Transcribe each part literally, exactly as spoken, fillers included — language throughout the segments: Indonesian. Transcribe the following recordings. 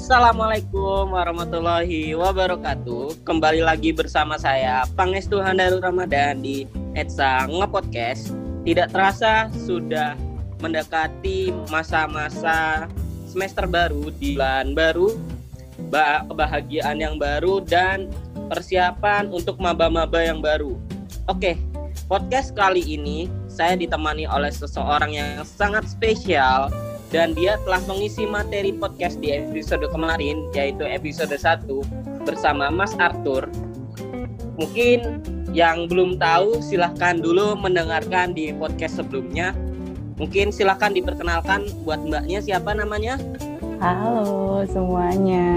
Assalamualaikum warahmatullahi wabarakatuh. Kembali lagi bersama saya Pangestu Handaru Ramadan di Etsa Ngepodcast. Tidak terasa sudah mendekati masa-masa semester baru, di bulan baru, kebahagiaan yang baru dan persiapan untuk maba-maba yang baru. Oke, podcast kali ini saya ditemani oleh seseorang yang sangat spesial. Dan dia telah mengisi materi podcast di episode kemarin, yaitu episode satu bersama Mas Arthur. Mungkin yang belum tahu silahkan dulu mendengarkan di podcast sebelumnya. Mungkin silahkan diperkenalkan buat mbaknya, siapa namanya? Halo semuanya.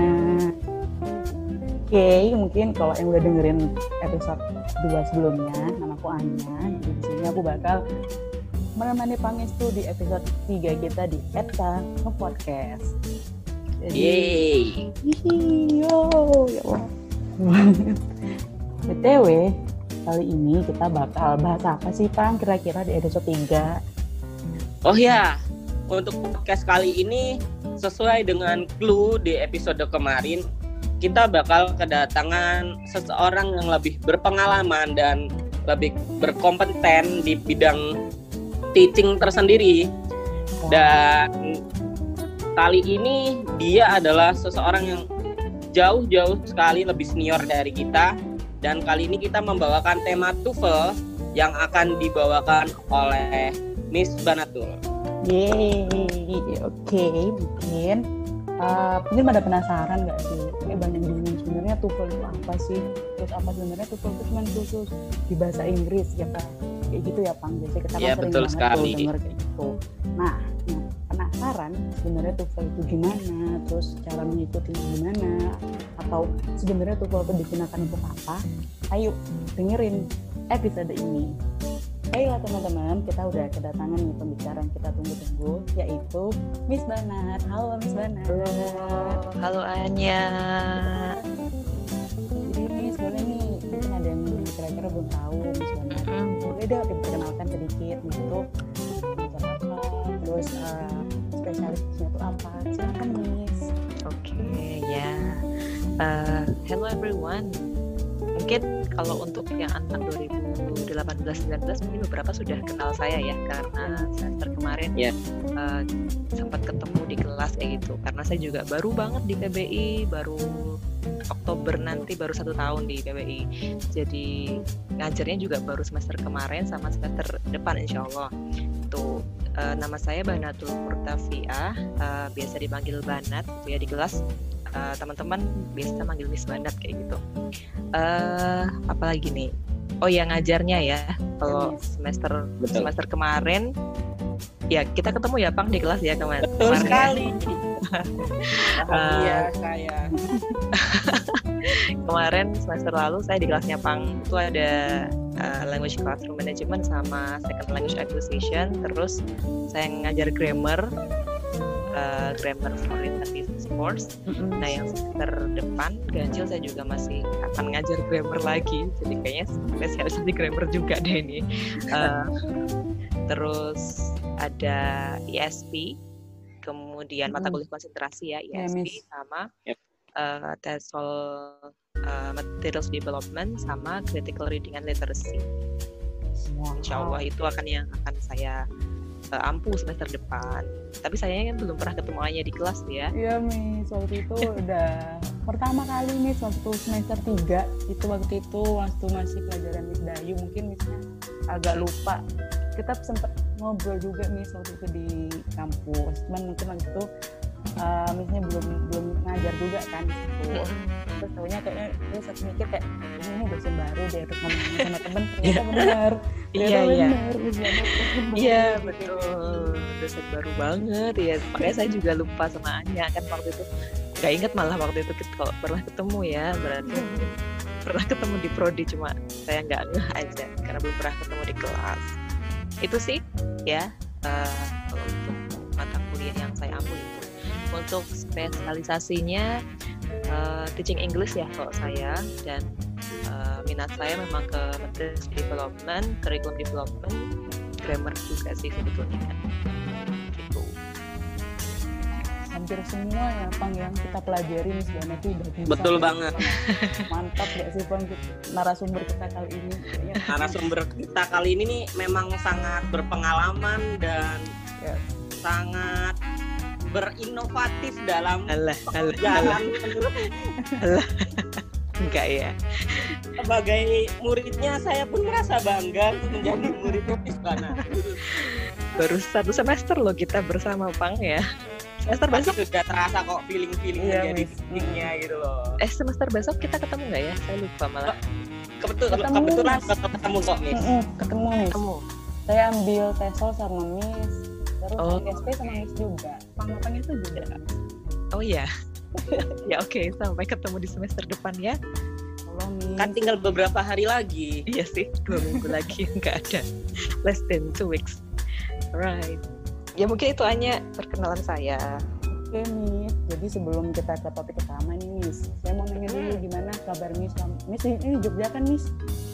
Oke, mungkin kalau yang udah dengerin episode dua sebelumnya, namaku Anya. Jadi di sini aku bakal menemani Pangestu di episode tiga kita di Etsa Ngepodcast. Jadi, yeay. Yo, ya Allah. B T W, kali ini kita bakal bahas apa sih, Pang? Kira-kira di episode tiga. Oh ya, untuk podcast kali ini sesuai dengan clue di episode kemarin, kita bakal kedatangan seseorang yang lebih berpengalaman dan lebih berkompeten di bidang teaching tersendiri. Dan kali ini dia adalah seseorang yang jauh-jauh sekali lebih senior dari kita. Dan kali ini kita membawakan tema TOEFL yang akan dibawakan oleh Miss Banatul. Yeay, oke, okay, mungkin uh, mungkin pada penasaran nggak sih? Kayak banyak bingung sebenarnya TOEFL itu apa sih? Terus apa sebenarnya TOEFL itu cuma khusus di bahasa Inggris ya Kak? Kayak gitu ya Pang, biasanya kita kan ya, sering betul banget sekali. tuh denger kayak gitu. Nah, nah, penasaran sebenarnya TOEFL itu gimana, terus cara mengikutinya gimana, atau sebenarnya TOEFL itu digunakan untuk apa? Ayo dengerin episode ini. Baiklah teman-teman, kita udah kedatangan nih pembicara yang kita tunggu-tunggu, yaitu Miss Banat. Halo Miss Banat. Halo Anya. Jadi Miss, boleh nih, mungkin ada yang kira-kira belum tahu Miss Banat. Boleh deh diperkenalkan sedikit gitu, belajar apa, terus uh, spesialisnya itu apa, silakan Miss. Oke okay, ya, uh, hello everyone. Mungkin kalau untuk yang anak dua ribu delapan belas sembilan belas mungkin beberapa sudah kenal saya ya, karena semester kemarin yeah. uh, sempat ketemu di kelas kayak gitu. Karena saya juga baru banget di P B I, baru Oktober nanti baru satu tahun di P B I. Jadi ngajarnya juga baru semester kemarin sama semester depan insya Allah. Tuh uh, nama saya Banatul Murtafiah, uh, biasa dipanggil Banat ya di kelas. Uh, teman-teman biasa manggil Miss Banat kayak gitu. Uh, apalagi nih? Oh ya, ngajarnya ya. Kalau semester Betul. semester kemarin ya kita ketemu ya Pang di kelas ya kemarin. Betul kemarin sekali. uh, Iya saya. Kemarin semester lalu saya di kelasnya Pang itu ada uh, language classroom management sama second language acquisition. Terus saya ngajar grammar. Uh, grammar for written business course. Mm-hmm. Nah yang semester depan ganjil saya juga masih akan ngajar grammar lagi, jadi kayaknya spesialisasi grammar juga deh ini. Uh, terus ada I S P, kemudian mm-hmm. mata kuliah konsentrasi ya I S P yeah, sama yep. uh, TESOL uh, Materials Development sama Critical Reading and Literacy. Wow. Insya Allah itu akan yang akan saya uh, ampuh semester depan. Tapi sayangnya kan belum pernah ketemu Anya di kelas ya. Iya Miss, waktu itu udah pertama kali Miss waktu semester tiga. Itu waktu itu waktu masih pelajaran Miss Dayu, mungkin Missnya agak lupa. Kita sempat ngobrol juga Miss waktu itu di kampus. Cuman mungkin waktu itu uh, Missnya belum belum ngajar juga kan gitu. Terus tahunya kayaknya terus aku mikir kayak ini dosen baru dia harus ngomong sama temen, ternyata benar. Iya iya. Iya betul. Dosen baru banget ya. Makanya saya juga lupa sama Anya kan waktu itu. Gak inget malah waktu itu kita pernah ketemu ya. Berarti pernah ketemu di prodi, cuma saya nggak ngeh aja karena belum pernah ketemu di kelas. Itu sih ya uh, untuk mata kuliah yang saya ambil itu. Untuk spesialisasinya uh, teaching English ya kalau saya, dan uh, minat saya memang ke materials development, curriculum development, grammar juga sih sebetulnya. Gitu. hampir semua ya Pang yang kita pelajari nih sebenarnya itu udah bisa. Betul banget. Mantap gak sih Pang narasumber kita kali ini? Kayaknya. Narasumber kita kali ini nih memang sangat berpengalaman dan ya. sangat berinovatif dalam alah, alah, jalan alah. Enggak ya. Sebagai muridnya saya pun merasa bangga menjadi muridnya Fisbana. Baru satu semester loh kita bersama Pang ya. Semester besok sudah terasa kok feeling-feeling iya, menjadi feelingnya gitu loh. Eh semester besok kita ketemu nggak ya? Saya lupa malah. Kebetulan ketemu, kebetulan Miss. ketemu kok Miss. Mm-mm, ketemu Miss. Ketemu. Saya ambil tesol sama Miss. Terus Oh. S P sama Miss juga. Pang-pang itu juga. Oh iya. Ya oke, okay. Sampai ketemu di semester depan ya. Halo Miss. Kan tinggal beberapa hari lagi. Iya sih, dua minggu lagi nggak ada. Less than two weeks. Right. Ya mungkin itu hanya perkenalan saya. Oke Miss, jadi sebelum kita ke topik utama nih Miss, saya mau nanya dulu gimana kabar Miss? Miss ini Jogja kan Miss?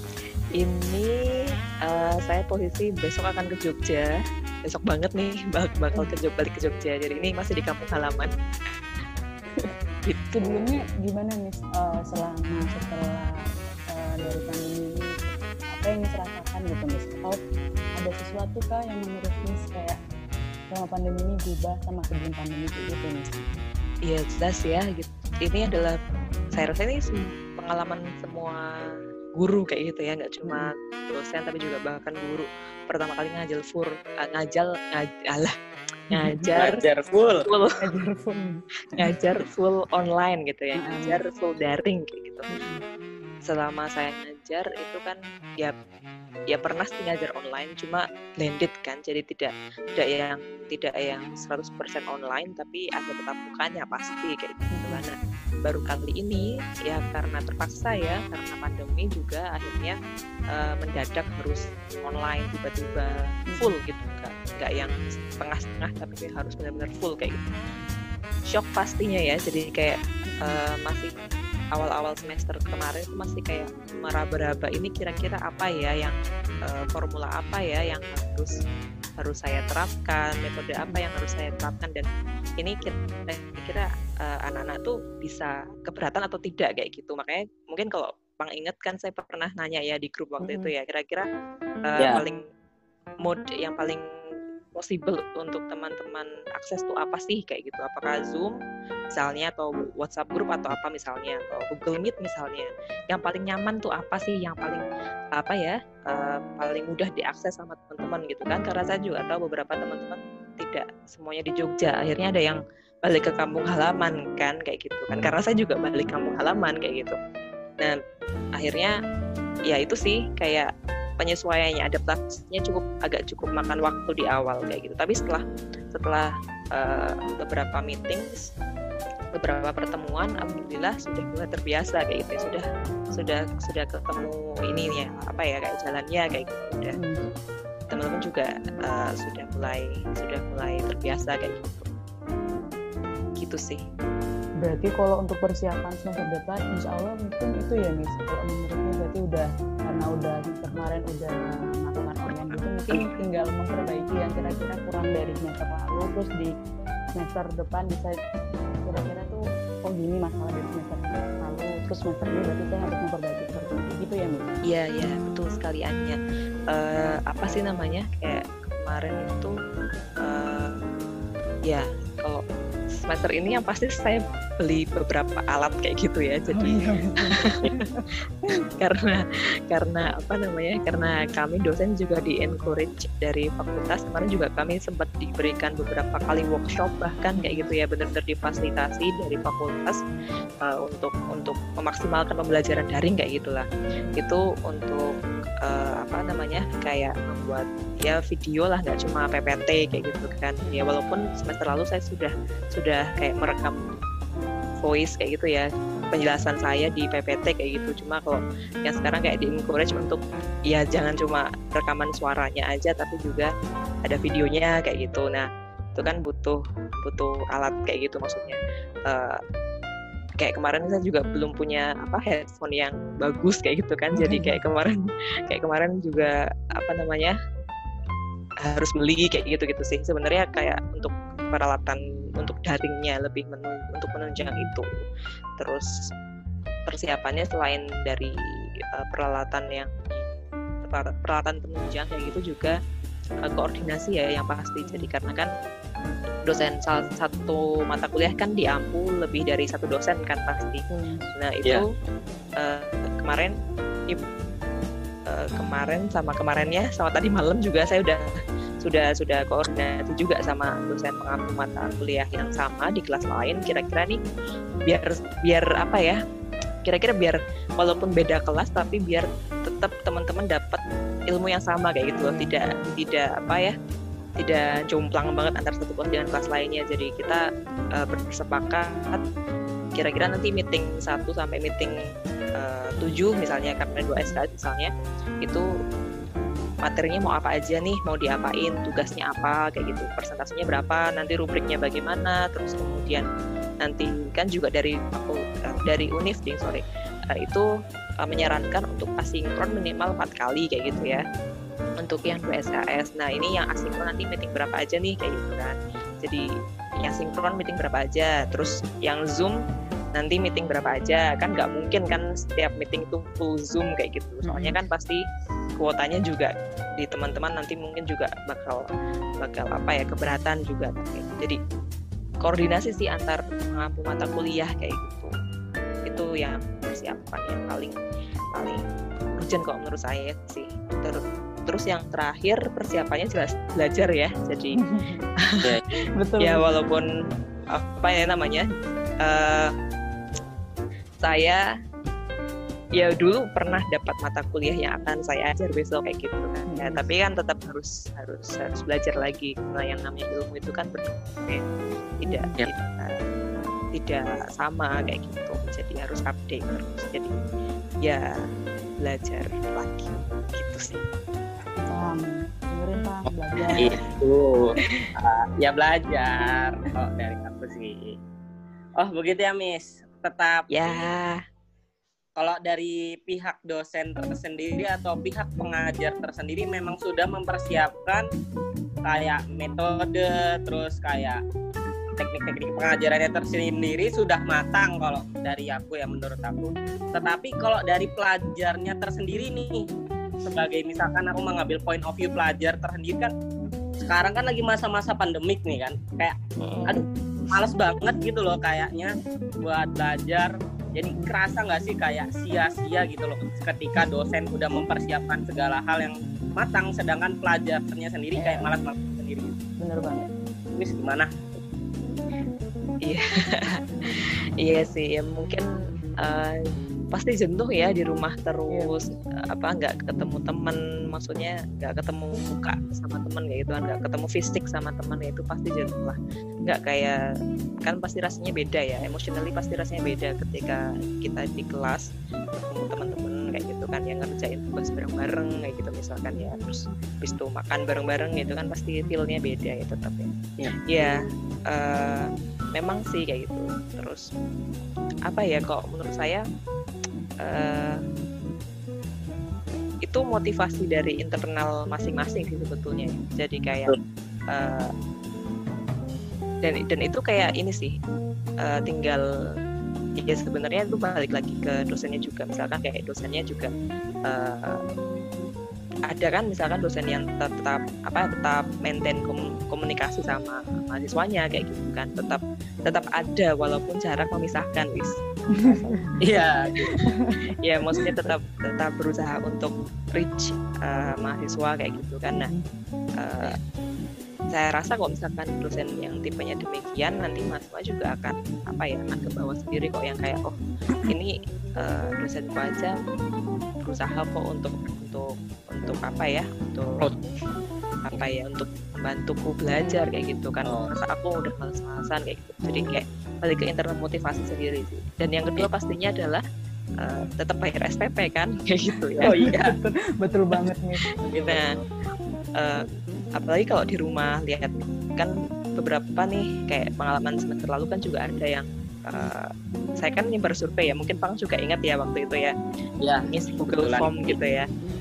Ini uh, saya posisi besok akan ke Jogja. Besok banget nih bak- bakal ke Jogja, balik ke Jogja. Jadi ini masih di kampung halaman. Gitu. Sebelumnya gimana Miss uh, selama setelah uh, dari pandemi ini apa yang Miss rasakan gitu Miss? Atau ada sesuatu kah yang menurut Miss kayak selama pandemi ini berubah sama sebelum pandemi gitu Miss? Iya jelas ya. Gitu. Ini adalah saya rasa ini pengalaman semua guru kayak gitu ya, nggak cuma dosen tapi juga bahkan guru pertama kali ngajar full uh, ngajal ngajalah ngajar Ngajar full. full Ngajar full. ngajar full online gitu ya, ngajar full daring kayak gitu. Selama saya ngajar itu kan ya ya pernah sih ngajar online, cuma blended kan, jadi tidak tidak yang tidak yang seratus persen online tapi ada tetap mukanya pasti kayak gitu kan. Nah, baru kali ini ya karena terpaksa ya karena pandemi juga akhirnya uh, mendadak harus online tiba-tiba full gitu, nggak nggak yang setengah-setengah tapi harus benar-benar full kayak gitu. Shock pastinya ya, jadi kayak uh, masih awal-awal semester kemarin itu masih kayak meraba-raba ini kira-kira apa ya yang uh, formula apa ya yang harus harus saya terapkan, metode apa yang harus saya terapkan, dan ini kira-kira uh, anak-anak tuh bisa keberatan atau tidak kayak gitu. Makanya mungkin kalau Pang inget kan saya pernah nanya ya di grup waktu mm-hmm. itu ya kira-kira uh, yeah. paling mode yang paling possible untuk teman-teman akses tuh apa sih kayak gitu, apakah Zoom misalnya atau WhatsApp group atau apa misalnya atau Google Meet misalnya, yang paling nyaman tuh apa sih, yang paling apa ya uh, paling mudah diakses sama teman-teman gitu kan. Karena saya juga tahu beberapa teman-teman tidak semuanya di Jogja, akhirnya ada yang balik ke kampung halaman kan kayak gitu kan, karena saya juga balik kampung halaman kayak gitu. Nah akhirnya ya itu sih kayak penyesuaiannya, adaptasinya cukup agak cukup makan waktu di awal kayak gitu. Tapi setelah setelah uh, beberapa meetings, beberapa pertemuan, alhamdulillah sudah mulai terbiasa kayak gitu. Sudah sudah sudah ketemu ini ya apa ya kayak jalannya kayak gitu. Udah teman-teman juga uh, sudah mulai sudah mulai terbiasa kayak gitu. Gitu sih. Berarti kalau untuk persiapan semester depan, insya Allah mungkin itu ya Miss. Kalau menurutnya berarti udah karena udah kemarin udah melakukan online gitu, mungkin tinggal memperbaiki yang kira-kira kurang dari semester lalu, terus di semester depan bisa kira-kira tuh oh gini masalah dari semester lalu, terus semester ini berarti saya harus memperbaiki seperti itu gitu ya Miss? Iya iya betul sekali Anya. Uh, apa sih namanya kayak kemarin itu uh, ya kalau semester ini yang pasti saya beli beberapa alat kayak gitu ya, jadi oh, iya. karena karena apa namanya karena kami dosen juga di encourage dari fakultas, kemarin juga kami sempat diberikan beberapa kali workshop bahkan kayak gitu ya, benar-benar difasilitasi dari fakultas uh, untuk untuk memaksimalkan pembelajaran daring kayak gitulah. Itu untuk uh, apa namanya kayak membuat ya video lah, nggak cuma P P T kayak gitu kan ya, walaupun semester lalu saya sudah sudah kayak merekam voice kayak gitu ya penjelasan saya di P P T kayak gitu, cuma kalau yang sekarang kayak di encourage untuk ya jangan cuma rekaman suaranya aja tapi juga ada videonya kayak gitu. Nah itu kan butuh butuh alat kayak gitu, maksudnya uh, kayak kemarin saya juga belum punya apa headphone yang bagus kayak gitu kan, jadi kayak kemarin kayak kemarin juga apa namanya harus beli kayak gitu gitu sih sebenarnya. Kayak untuk peralatan untuk daringnya, lebih menun, untuk menunjang itu. Terus persiapannya selain dari uh, peralatan yang peralatan penunjang kayak gitu juga uh, koordinasi ya yang pasti. Jadi karena kan dosen salah satu mata kuliah kan diampu lebih dari satu dosen kan pasti. Nah itu yeah. uh, kemarin uh, kemarin sama kemarinnya sama tadi malam juga saya udah sudah sudah koordinasi juga sama dosen pengampu mata kuliah yang sama di kelas lain. Kira-kira nih biar biar apa ya? Kira-kira biar walaupun beda kelas tapi biar tetap teman-teman dapat ilmu yang sama kayak gitu loh. Tidak tidak apa ya? Tidak jomplang banget antara satu kelas dengan kelas lainnya. Jadi kita uh, bersepakat kira-kira nanti meeting satu sampai meeting uh, tujuh misalnya karena dua S K misalnya itu materinya mau apa aja nih, mau diapain, tugasnya apa kayak gitu, persentasenya berapa, nanti rubriknya bagaimana, terus kemudian nanti kan juga dari aku dari Univ ding sorry uh, itu uh, menyarankan untuk asinkron minimal empat kali kayak gitu ya untuk yang dua S K S. Nah ini yang asinkron nanti meeting berapa aja nih kayak gitu kan. Jadi yang sinkron meeting berapa aja, terus yang Zoom nanti meeting berapa aja, kan nggak mungkin kan setiap meeting itu full Zoom kayak gitu. Soalnya kan pasti kuotanya juga di teman-teman nanti mungkin juga bakal bakal apa ya keberatan juga. Jadi koordinasi sih antar pengampu mata kuliah kayak gitu. Itu yang persiapan yang paling paling urgent kok menurut saya sih. Terus terus yang terakhir persiapannya jelas belajar ya. Jadi betul. Ya walaupun apa ya namanya uh, saya ya dulu pernah dapat mata kuliah yang akan saya ajar besok kayak gitu kan. Ya, tapi kan tetap harus harus harus belajar lagi karena yang namanya ilmu itu kan berbeda, tidak ya. tidak tidak sama kayak gitu. Jadi harus update terus. Jadi ya belajar lagi gitu sih. Paham, dengerin Pang, belajar. Itu uh, ya belajar kok dari aku sih. Oh begitu ya Miss. Tetap ya. Kalau dari pihak dosen tersendiri atau pihak pengajar tersendiri memang sudah mempersiapkan kayak metode, terus kayak teknik-teknik pengajarannya tersendiri sudah matang kalau dari aku ya menurut aku. Tetapi kalau dari pelajarnya tersendiri nih, sebagai misalkan aku mengambil point of view pelajar tersendiri kan, sekarang kan lagi masa-masa pandemik nih kan, kayak aduh males banget gitu loh kayaknya buat belajar. Jadi kerasa nggak sih kayak sia-sia gitu loh ketika dosen udah mempersiapkan segala hal yang matang, sedangkan pelajarnya sendiri kayak malas-malas sendiri. Bener banget. Miss gimana? Iya, iya sih ya mungkin uh, pasti jenuh ya di rumah terus yeah. apa nggak ketemu teman, maksudnya nggak ketemu muka sama teman kayak gitu kan, nggak ketemu fisik sama teman ya itu pasti jenuh lah. Nggak kayak kan pasti rasanya beda ya, emotionally pasti rasanya beda ketika kita di kelas ketemu teman-teman kayak gitu kan yang ngerjain tugas bareng-bareng kayak gitu misalkan ya, terus habis itu makan bareng-bareng gitu kan pasti feel-nya beda ya tetap ya. Yeah. Ya uh, memang sih kayak gitu. Terus apa ya kok menurut saya Uh, itu motivasi dari internal masing-masing sih sebetulnya. Jadi kayak uh, dan dan itu kayak ini sih uh, tinggal ya sebenarnya itu balik lagi ke dosennya juga. Misalkan kayak dosennya juga uh, ada kan misalkan dosen yang tetap apa tetap maintain komunikasi sama mahasiswanya kayak gitu kan, tetap tetap ada walaupun jarak memisahkan wis. Iya, ya maksudnya tetap tetap berusaha untuk reach uh, mahasiswa kayak gitu kan. Nah, uh, saya rasa kalau misalkan dosen yang tipenya demikian, nanti mahasiswa juga akan apa ya akan ke bawah sendiri kok, yang kayak oh ini uh, dosenku aja berusaha kok untuk untuk untuk apa ya untuk apa ya untuk membantuku belajar kayak gitu kan. Masa aku udah malas-malasan kayak gitu. Jadi kayak balik ke internal motivasi sendiri sih. Dan yang kedua pastinya adalah uh, tetap bayar S P P kan kayak gitu ya. Oh iya, betul, betul banget nih. Nah, uh, apalagi kalau di rumah lihat kan beberapa nih kayak pengalaman semester lalu kan juga ada yang uh, saya kan nyebar survei ya, mungkin Pang juga ingat ya waktu itu ya. Ya, ngisi Google Form gitu ya.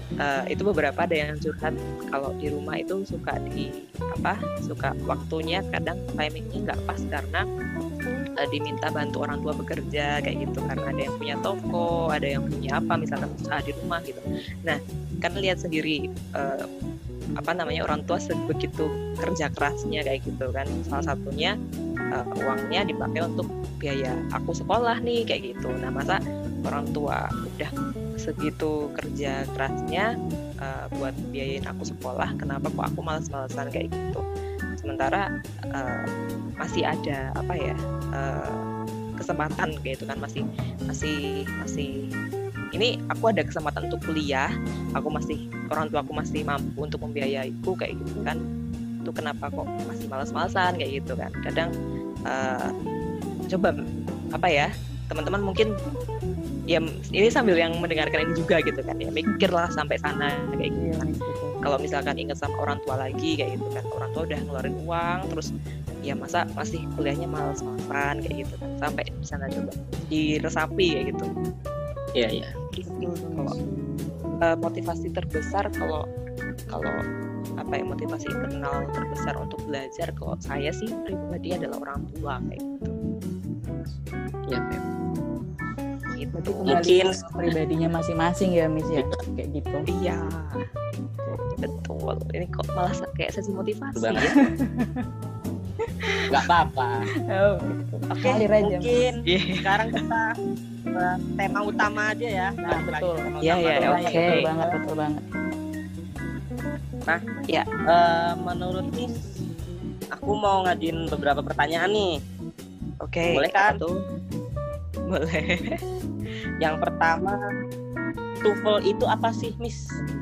uh, itu beberapa ada yang curhat kalau di rumah itu suka di apa suka waktunya kadang timingnya nggak pas karena uh, diminta bantu orang tua bekerja kayak gitu, karena ada yang punya toko, ada yang punya apa misalkan usaha di rumah gitu. Nah kan lihat sendiri uh, apa namanya orang tua sebegitu kerja kerasnya kayak gitu kan, salah satunya uh, uangnya dipakai untuk biaya aku sekolah nih kayak gitu. Nah masa orang tua udah segitu kerja kerasnya uh, buat biayain aku sekolah, kenapa kok aku malas-malasan kayak gitu. Sementara uh, masih ada apa ya uh, kesempatan kayak gitu kan, masih masih masih ini aku ada kesempatan untuk kuliah, aku masih orang tua aku masih mampu untuk membiayaiku kayak gitu kan. Itu kenapa kok masih malas-malasan kayak gitu kan. Kadang uh, coba apa ya teman-teman mungkin ya ini sambil yang mendengarkan ini juga gitu kan ya, mikirlah sampai sana kayak gitu kan. Kalau misalkan ingat sama orang tua lagi kayak gitu kan, orang tua udah ngeluarin uang terus ya masa masih kuliahnya malas-malasan kayak gitu kan, sampai di sana coba diresapi kayak gitu. Iya iya. Kalau uh, motivasi terbesar kalau kalau apa ya motivasi internal terbesar untuk belajar kalau saya sih pribadi adalah orang tua kayak gitu. Ya, ya. Gitu. Mungkin pribadinya masing-masing ya Miss ya kayak gitu. Iya. Betul. Ini kok malah kayak sesi motivasi Banget. ya. Gak apa-apa. Oh, gitu. Oke, mungkin yeah. Sekarang kita uh, tema utama aja ya. Nah, betul. Iya, iya, oke. Betul banget, betul banget. Nah, ya, uh, menurut Miss, aku mau ngajuin beberapa pertanyaan nih. Oke. Boleh kan? Tuh? Boleh. Yang pertama, TOEFL itu apa sih, Miss?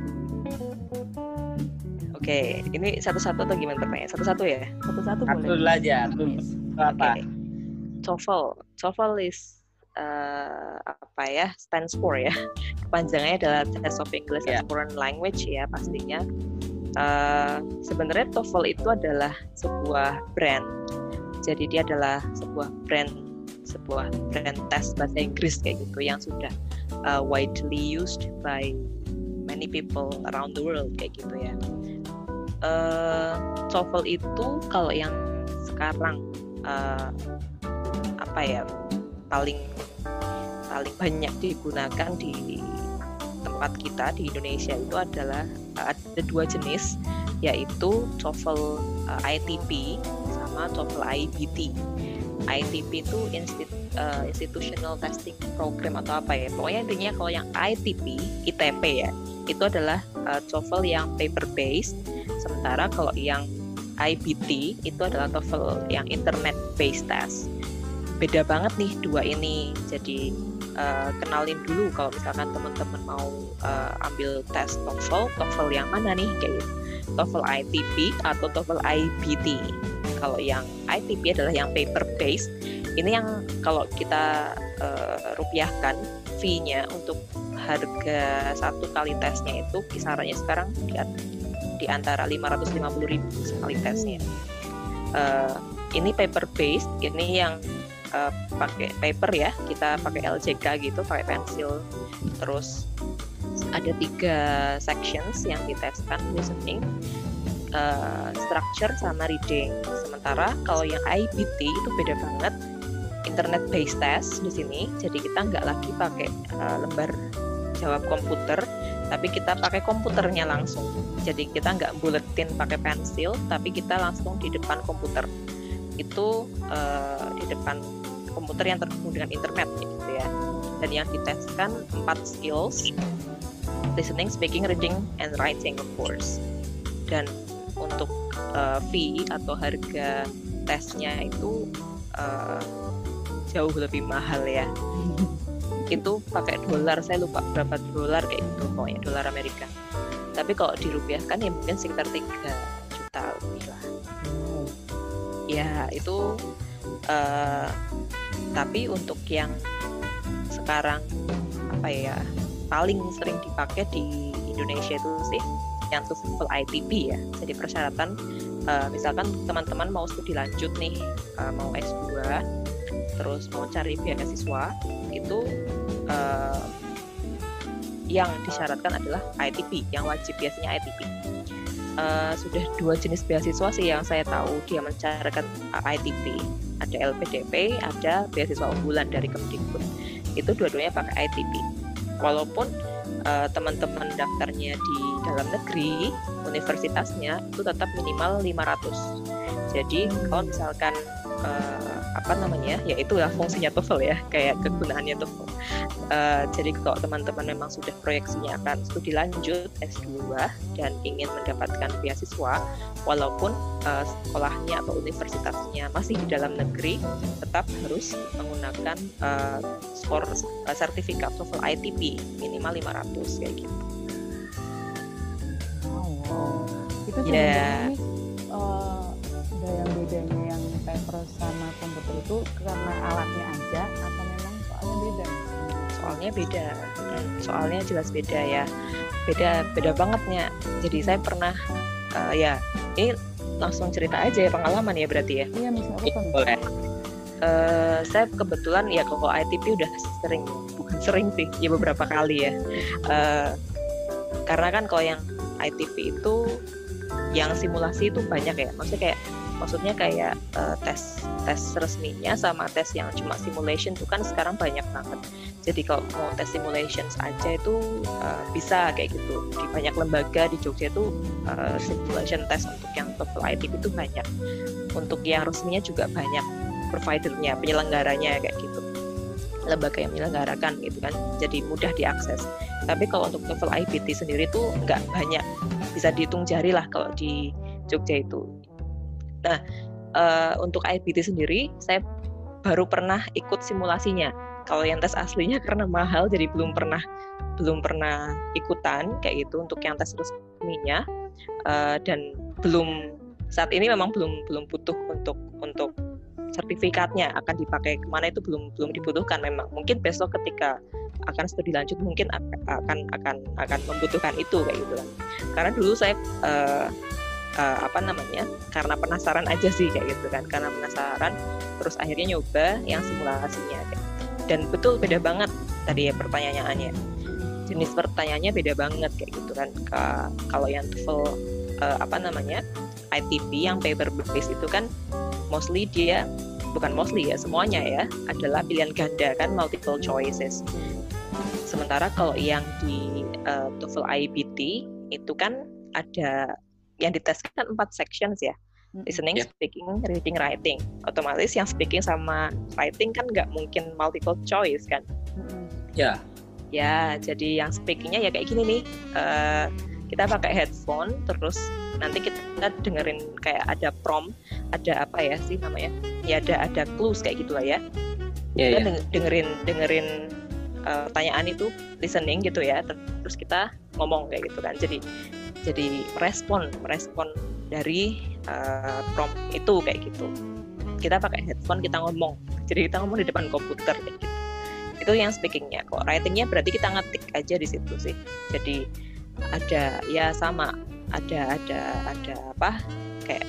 Oke, ini satu-satu atau gimana pertanyaan? Satu-satu ya? Satu-satu boleh. Satu dulu aja. Miss. Apa? Okay. TOEFL. TOEFL is uh, apa ya? Stands for ya. Kepanjangannya adalah Test of English yeah. as Foreign Language ya pastinya. Uh, sebenarnya TOEFL itu adalah sebuah brand. Jadi dia adalah sebuah brand, sebuah brand tes bahasa Inggris kayak gitu yang sudah uh, widely used by many people around the world kayak gitu ya. Uh, TOEFL itu kalau yang sekarang uh, apa ya paling paling banyak digunakan di tempat kita di Indonesia itu adalah uh, ada dua jenis, yaitu TOEFL uh, I T P sama TOEFL I B T. I T P itu instit, uh, Institutional Testing Program atau apa ya, pokoknya intinya kalau yang I T P, I T P ya, itu adalah uh, TOEFL yang paper based. Sementara kalau yang I B T itu adalah TOEFL yang internet based test. Beda banget nih dua ini. Jadi uh, kenalin dulu kalau misalkan teman-teman mau uh, ambil tes TOEFL, TOEFL yang mana nih kayak gitu. TOEFL I T P atau TOEFL I B T. Kalau yang I T P adalah yang paper based. Ini yang kalau kita uh, rupiahkan fee-nya untuk harga satu kali tesnya itu kisarannya sekarang di di antara lima ratus lima puluh ribu sekali tesnya. Uh, ini paper based, ini yang uh, pakai paper ya, kita pakai L J K gitu, pakai pensil. Terus ada tiga sections yang diteskan, listening, uh, structure sama reading. Sementara kalau yang I B T itu beda banget, internet based test di sini. Jadi kita nggak lagi pakai uh, lembar jawab komputer, tapi kita pakai komputernya langsung. Jadi kita nggak buletin pakai pensil, tapi kita langsung di depan komputer. Itu uh, di depan komputer yang terhubung dengan internet gitu ya. Dan yang diteskan empat skills: listening, speaking, reading, and writing of course. Dan untuk uh, fee atau harga tesnya itu uh, jauh lebih mahal ya. Itu pakai dolar, saya lupa berapa dolar kayak gitu, pokoknya dolar Amerika. Tapi kalau dirupiahkan ya mungkin sekitar tiga juta lebih lah. Ya itu uh, tapi untuk yang sekarang apa ya paling sering dipakai di Indonesia itu sih yang TOEFL I T P ya. Jadi persyaratan uh, misalkan teman-teman mau studi lanjut nih, uh, mau S dua terus mau cari beasiswa itu uh, yang disyaratkan adalah I T P, yang wajib biasanya I T P. Uh, sudah dua jenis beasiswa sih yang saya tahu dia mencatatkan I T P. Ada L P D P, ada beasiswa unggulan dari Kemdikbud. Itu dua-duanya pakai I T P. Walaupun uh, teman-teman daftarnya di dalam negeri, universitasnya itu tetap minimal lima ratus. Jadi kalau misalkan uh, apa namanya, ya itulah fungsinya TOEFL ya, kayak kegunaannya TOEFL. Uh, jadi kalau teman-teman memang sudah proyeksinya akan studi lanjut S dua dan ingin mendapatkan beasiswa, walaupun uh, sekolahnya atau universitasnya masih di dalam negeri, tetap harus menggunakan uh, skor uh, sertifikat TOEFL I T P minimal lima ratus kayak gitu. Oh, wow. Itu Yeah. sebenarnya uh, ada yang bedanya yang paper sama komputer itu karena alatnya aja atau memang soalnya beda? Soalnya beda, hmm, soalnya jelas beda ya, beda beda bangetnya. Jadi saya pernah uh, ya ini langsung cerita aja ya, pengalaman ya berarti ya. Iya, misalnya apa? Boleh. Uh, saya kebetulan ya kalau I T P udah sering, bukan sering sih, ya beberapa kali ya. Uh, karena kan kalau yang I T P itu yang simulasi itu banyak ya, maksudnya kayak maksudnya kayak uh, tes tes resminya sama tes yang cuma simulation itu kan sekarang banyak banget. Jadi kalau mau tes simulations aja itu uh, bisa kayak gitu. Di banyak lembaga di Jogja itu uh, simulation test untuk yang TOEFL I T P itu banyak. Untuk yang resminya juga banyak providernya, penyelenggaranya kayak gitu. Lembaga yang menyelenggarakan gitu kan. Jadi mudah diakses. Tapi kalau untuk TOEFL I B T sendiri tuh nggak banyak. Bisa dihitung jari lah kalau di Jogja itu. Nah, uh, untuk I B T sendiri, saya baru pernah ikut simulasinya. Kalau yang tes aslinya karena mahal, jadi belum pernah belum pernah ikutan kayak gitu untuk yang tes resminya. Uh, dan belum saat ini memang belum belum butuh untuk untuk sertifikatnya akan dipakai kemana itu belum belum dibutuhkan memang. Mungkin besok ketika akan studi lanjut mungkin akan akan akan membutuhkan itu kayak gitu kan. Karena dulu saya uh, Uh, apa namanya karena penasaran aja sih kayak gitu kan, karena penasaran terus akhirnya nyoba yang simulasinya kayak. Dan betul beda banget tadi ya pertanyaannya, jenis pertanyaannya beda banget kayak gitu kan. Ka- kalau yang TOEFL uh, apa namanya I T P yang paper based itu kan mostly dia bukan mostly ya semuanya ya adalah pilihan ganda kan, multiple choices. Sementara kalau yang di uh, TOEFL I B T itu kan ada yang diteskan empat sections ya, listening, yeah. speaking, reading, writing. Otomatis yang speaking sama writing kan nggak mungkin multiple choice kan? Ya. Yeah. Ya, jadi yang speakingnya ya kayak gini nih, uh, kita pakai headphone, terus nanti kita dengerin kayak ada prompt, ada apa ya sih namanya? Ya ada ada clues kayak gitulah ya. Yeah, kita yeah. dengerin dengerin uh, pertanyaan itu, listening gitu ya, terus kita ngomong kayak gitu kan. Jadi jadi respon respon dari uh, prompt itu kayak gitu. Kita pakai headphone, kita ngomong, jadi kita ngomong di depan komputer kayak gitu. Itu yang speakingnya. Kok writingnya berarti kita ngetik aja di situ sih. Jadi ada ya sama ada ada ada apa kayak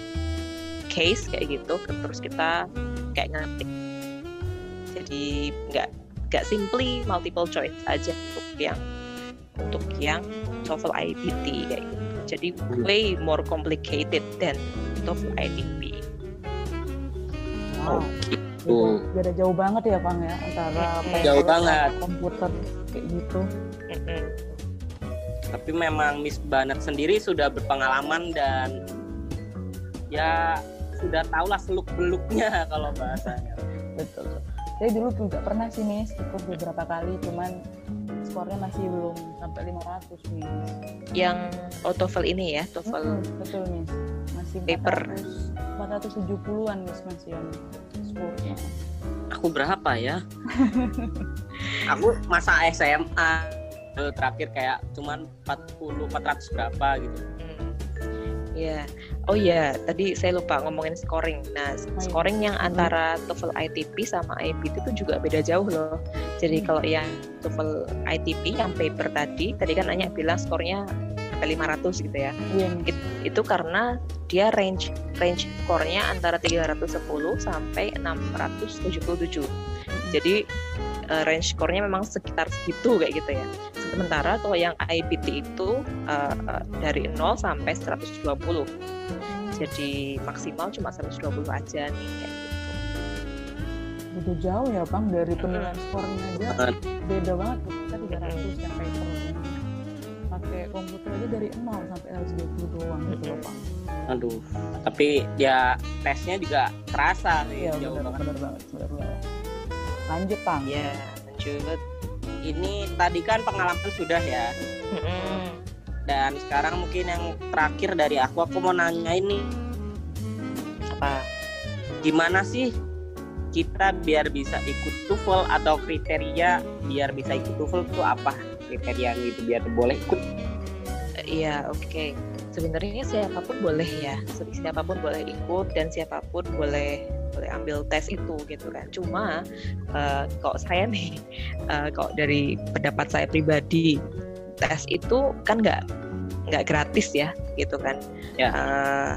case kayak gitu, terus kita kayak ngetik. Jadi nggak nggak simply multiple choice aja untuk yang untuk yang TOEFL I B T kayak gitu. Jadi way more complicated than TOEFL I T P. Wow. Oh, beda jauh banget ya Bang ya antara mm-hmm. jauh banget komputer kayak gitu. Mm-hmm. Tapi memang Miss Banet sendiri sudah berpengalaman dan ya sudah tahulah seluk-beluknya kalau bahasanya. Betul. Saya dulu juga pernah sih Miss ikut beberapa kali, cuman skornya masih belum sampai lima ratus nih. Yang oh, TOEFL ini ya, TOEFL. Hmm, betul Miss. Masih paper empat ratus tujuh puluhan Miss masih yang skornya. Aku berapa ya? Aku masa S M A terakhir kayak cuman empat puluh empat ratus berapa gitu. Hmm. Ya. Oh iya, tadi saya lupa ngomongin scoring. Nah, oh, scoring iya. yang antara TOEFL I T P sama I B T itu juga beda jauh loh. Jadi hmm. kalau yang TOEFL I T P yang paper tadi, tadi kan Anya bilang skornya sampai lima ratus gitu ya. Iya. It, itu karena dia range range skornya antara tiga ratus sepuluh sampai enam ratus tujuh puluh tujuh. Hmm. Jadi uh, range skornya memang sekitar segitu kayak gitu ya. Sementara kalau yang I P T itu uh, uh, dari nol sampai seratus dua puluh. Jadi maksimal cuma seratus dua puluh aja nih kayak gitu. Itu jauh ya Bang, dari penilaian hmm. skornya aja beda banget. Kita tiga ratus hmm. yang papernya. Pakai komputer aja dari nol sampai seratus dua puluh doang hmm. gitu loh Bang. Aduh, tapi ya tesnya juga terasa sih. Iya benar banget, benar banget. Lanjut Bang. Ya, lanjut. Ini tadi kan pengalaman sudah ya. Hmm. Dan sekarang mungkin yang terakhir dari aku, aku mau nanya ini. Apa? Gimana sih kita biar bisa ikut TOEFL, atau kriteria biar bisa ikut TOEFL itu apa? Kriteria gitu biar boleh ikut. Iya, uh, oke. Okay. Sebenarnya siapapun boleh ya. Siapapun boleh ikut dan siapapun boleh boleh ambil tes itu gitu kan. Cuma uh, kalau saya nih, uh, kalau dari pendapat saya pribadi, tes itu kan nggak nggak gratis ya gitu kan ya. Uh,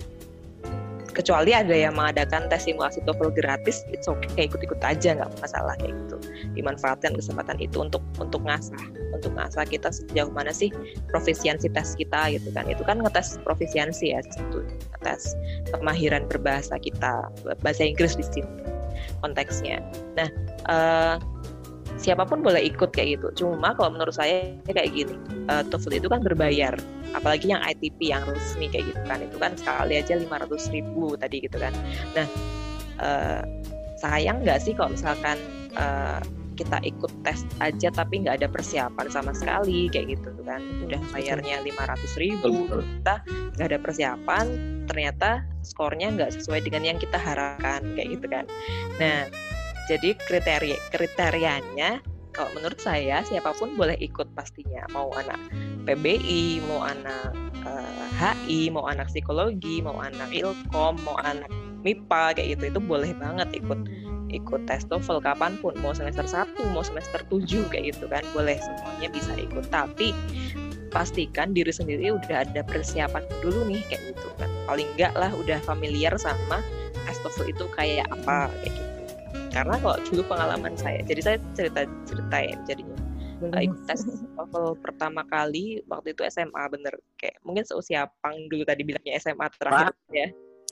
kecuali ada yang mengadakan tes simulasi TOEFL gratis, it's okay, ikut-ikut aja nggak masalah kayak gitu. Dimanfaatkan kesempatan itu untuk untuk ngasah untuk ngasah kita sejauh mana sih profisiensi tes kita gitu kan. Itu kan ngetes profisiensi ya, itu ngetes kemahiran berbahasa kita, bahasa Inggris di sini konteksnya. Nah uh, siapapun boleh ikut kayak gitu. Cuma kalau menurut saya kayak gini, uh, TOEFL itu kan berbayar, apalagi yang I T P yang resmi kayak gitu kan, itu kan sekali aja lima ratus ribu tadi gitu kan. Nah uh, sayang nggak sih kalau misalkan uh, kita ikut tes aja tapi nggak ada persiapan sama sekali kayak gitu kan. Udah bayarnya lima ratus ribu, kita nggak ada persiapan, ternyata skornya nggak sesuai dengan yang kita harapkan kayak gitu kan. Nah jadi kriteria kriterianya kalau menurut saya siapapun boleh ikut pastinya, mau anak P B I, mau anak uh, H I, mau anak psikologi, mau anak ilkom, mau anak M I P A kayak gitu, itu boleh banget ikut ikut tes TOEFL kapanpun, mau semester satu, mau semester tujuh kayak gitu kan, boleh, semuanya bisa ikut. Tapi pastikan diri sendiri udah ada persiapan dulu nih kayak gitu kan, paling enggak lah udah familiar sama tes TOEFL itu kayak apa kayak gitu. Karena kalau dulu pengalaman saya, jadi saya cerita ceritain jadinya uh, ikut tes TOEFL pertama kali waktu itu S M A, bener kayak mungkin seusia Pang dulu tadi bilangnya S M A terakhir ya.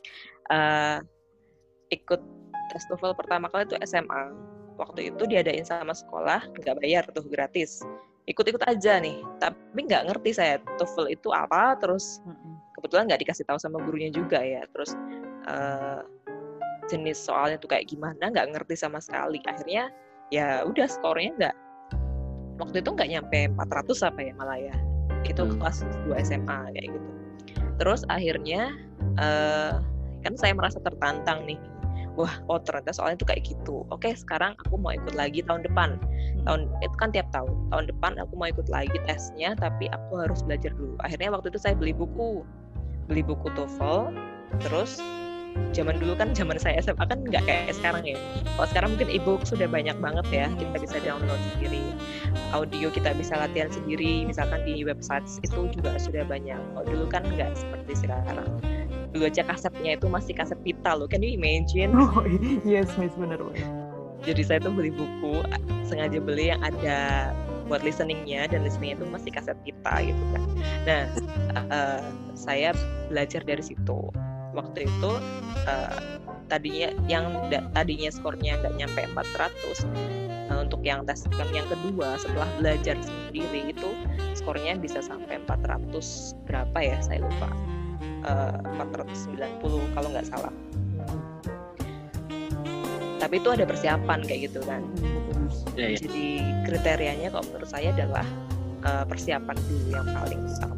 Uh, ikut tes TOEFL pertama kali itu S M A. Waktu itu diadain sama sekolah, nggak bayar tuh, gratis. Ikut-ikut aja nih, tapi nggak ngerti saya TOEFL itu apa. Terus kebetulan nggak dikasih tahu sama gurunya juga ya. Terus uh, jenis soalnya tuh kayak gimana nggak ngerti sama sekali. Akhirnya ya udah skornya nggak, waktu itu nggak nyampe empat ratus apa ya malah ya, itu hmm. kelas dua S M A kayak gitu. Terus akhirnya uh, kan saya merasa tertantang nih, wah oh ternyata soalnya tuh kayak gitu. Oke sekarang aku mau ikut lagi tahun depan, tahun itu kan tiap tahun tahun depan aku mau ikut lagi tesnya, tapi aku harus belajar dulu. Akhirnya waktu itu saya beli buku beli buku TOEFL. Terus zaman dulu kan, zaman saya S M A kan nggak kayak sekarang ya. Kalau sekarang mungkin e-book sudah banyak banget ya, kita bisa download sendiri, audio kita bisa latihan sendiri, misalkan di website itu juga sudah banyak. Kalau dulu kan nggak seperti sekarang. Dulu aja kasetnya itu masih kaset pita loh, can you imagine? Oh yes miss, bener banget. Jadi saya tuh beli buku, sengaja beli yang ada buat listeningnya, dan listeningnya itu masih kaset pita gitu kan. Nah uh, saya belajar dari situ. Waktu itu uh, tadinya yang da, tadinya skornya nggak nyampe empat ratus, uh, untuk yang tes yang kedua setelah belajar sendiri itu skornya bisa sampai empat ratus berapa ya, saya lupa, uh, empat ratus sembilan puluh kalau nggak salah. Tapi itu ada persiapan kayak gitu kan. Ya, ya. Jadi kriterianya kalau menurut saya adalah uh, persiapan dulu yang paling utama.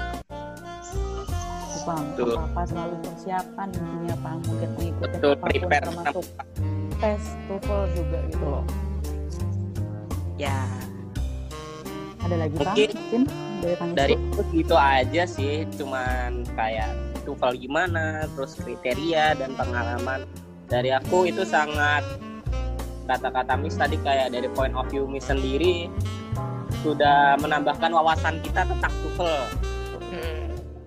Bang, apa selalu persiapan intinya Bang, mungkin mengikuti Betul, apapun prepare termasuk tes TOEFL juga gitu loh. Ya. Ada lagi Bang? Mungkin, mungkin dari Bang dari itu gitu aja sih, cuman kayak TOEFL gimana, terus kriteria dan pengalaman. Dari aku itu sangat, kata-kata Miss tadi kayak dari point of view Miss sendiri sudah menambahkan wawasan kita tentang TOEFL. Hmm.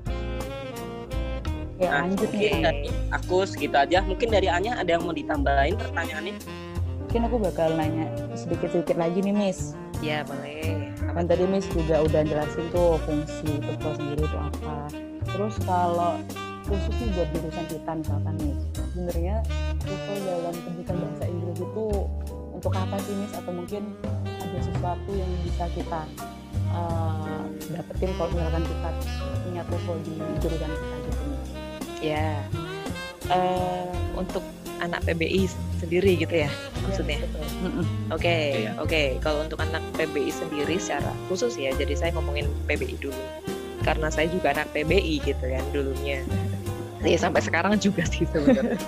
Ya, nah, lanjut mungkin nih. Dari aku segitu aja. Mungkin dari Anya ada yang mau ditambahin pertanyaannya? mungkin aku bakal nanya sedikit-sedikit lagi nih Miss. Ya boleh. Kan tadi Miss juga udah jelasin tuh fungsi TOEFL sendiri itu apa. Terus kalau khususnya buat jurusan kita misalkan Miss, sebenarnya TOEFL dalam pendidikan bahasa Inggris itu untuk apa sih Miss? Atau mungkin ada sesuatu yang bisa kita uh, dapetin kalau misalkan kita punya TOEFL di jurusan kita gitu Miss? Ya, uh, untuk anak P B I sendiri gitu ya maksudnya. Ya, Oke, okay, oke. Okay. Kalau untuk anak P B I sendiri secara khusus ya, jadi saya ngomongin P B I dulu. Karena saya juga anak P B I gitu kan dulunya. Ya sampai sekarang juga sih sebenarnya.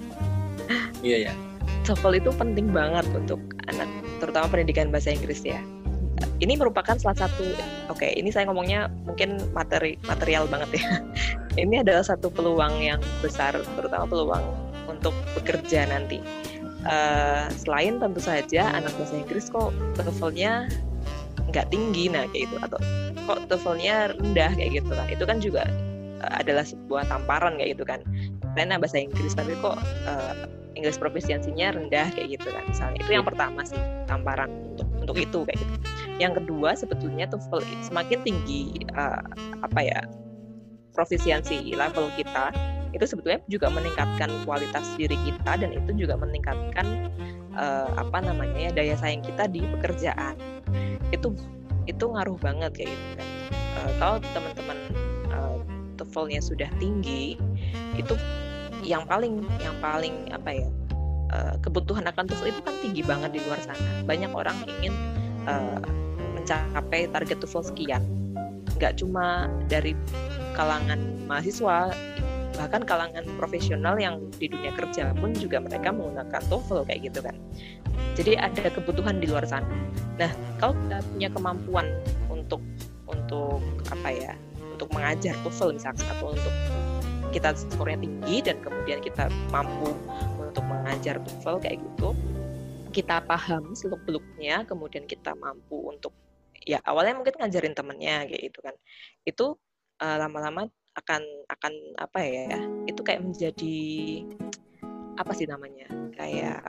Iya ya. TOEFL itu penting banget untuk anak, terutama pendidikan bahasa Inggris ya. Ini merupakan salah satu, oke, okay, ini saya ngomongnya mungkin materi material banget ya. Ini adalah satu peluang yang besar, terutama peluang untuk bekerja nanti. Uh, selain tentu saja anak bahasa Inggris kok TOEFL-nya nggak tinggi, nah kayak gitu, atau kok TOEFL-nya rendah kayak gitu lah. Itu kan juga uh, adalah sebuah tamparan kayak gitu kan. Karena bahasa Inggris tapi kok uh, English proficiency-nya rendah kayak gitu kan. Misalnya itu yang pertama sih, tamparan untuk untuk itu kayak gitu. Yang kedua sebetulnya TOEFL semakin tinggi uh, apa ya proficiency level kita, itu sebetulnya juga meningkatkan kualitas diri kita dan itu juga meningkatkan uh, apa namanya ya daya saing kita di pekerjaan. Itu itu ngaruh banget kayak gitu kan. Uh, kalau teman-teman uh, TOEFL-nya sudah tinggi, itu yang paling yang paling apa ya uh, kebutuhan akan TOEFL itu kan tinggi banget di luar sana. Banyak orang ingin uh, mencapai target TOEFL sekian. Nggak cuma dari kalangan mahasiswa, bahkan kalangan profesional yang di dunia kerja pun juga mereka menggunakan TOEFL kayak gitu kan. Jadi ada kebutuhan di luar sana. Nah, kalau kita punya kemampuan untuk untuk apa ya, untuk mengajar TOEFL misalkan, atau untuk kita skornya tinggi dan kemudian kita mampu untuk mengajar TOEFL kayak gitu, kita paham seluk-beluknya, kemudian kita mampu untuk ya awalnya mungkin ngajarin temennya kayak gitu kan. Itu uh, lama-lama akan akan apa ya, itu kayak menjadi apa sih namanya, kayak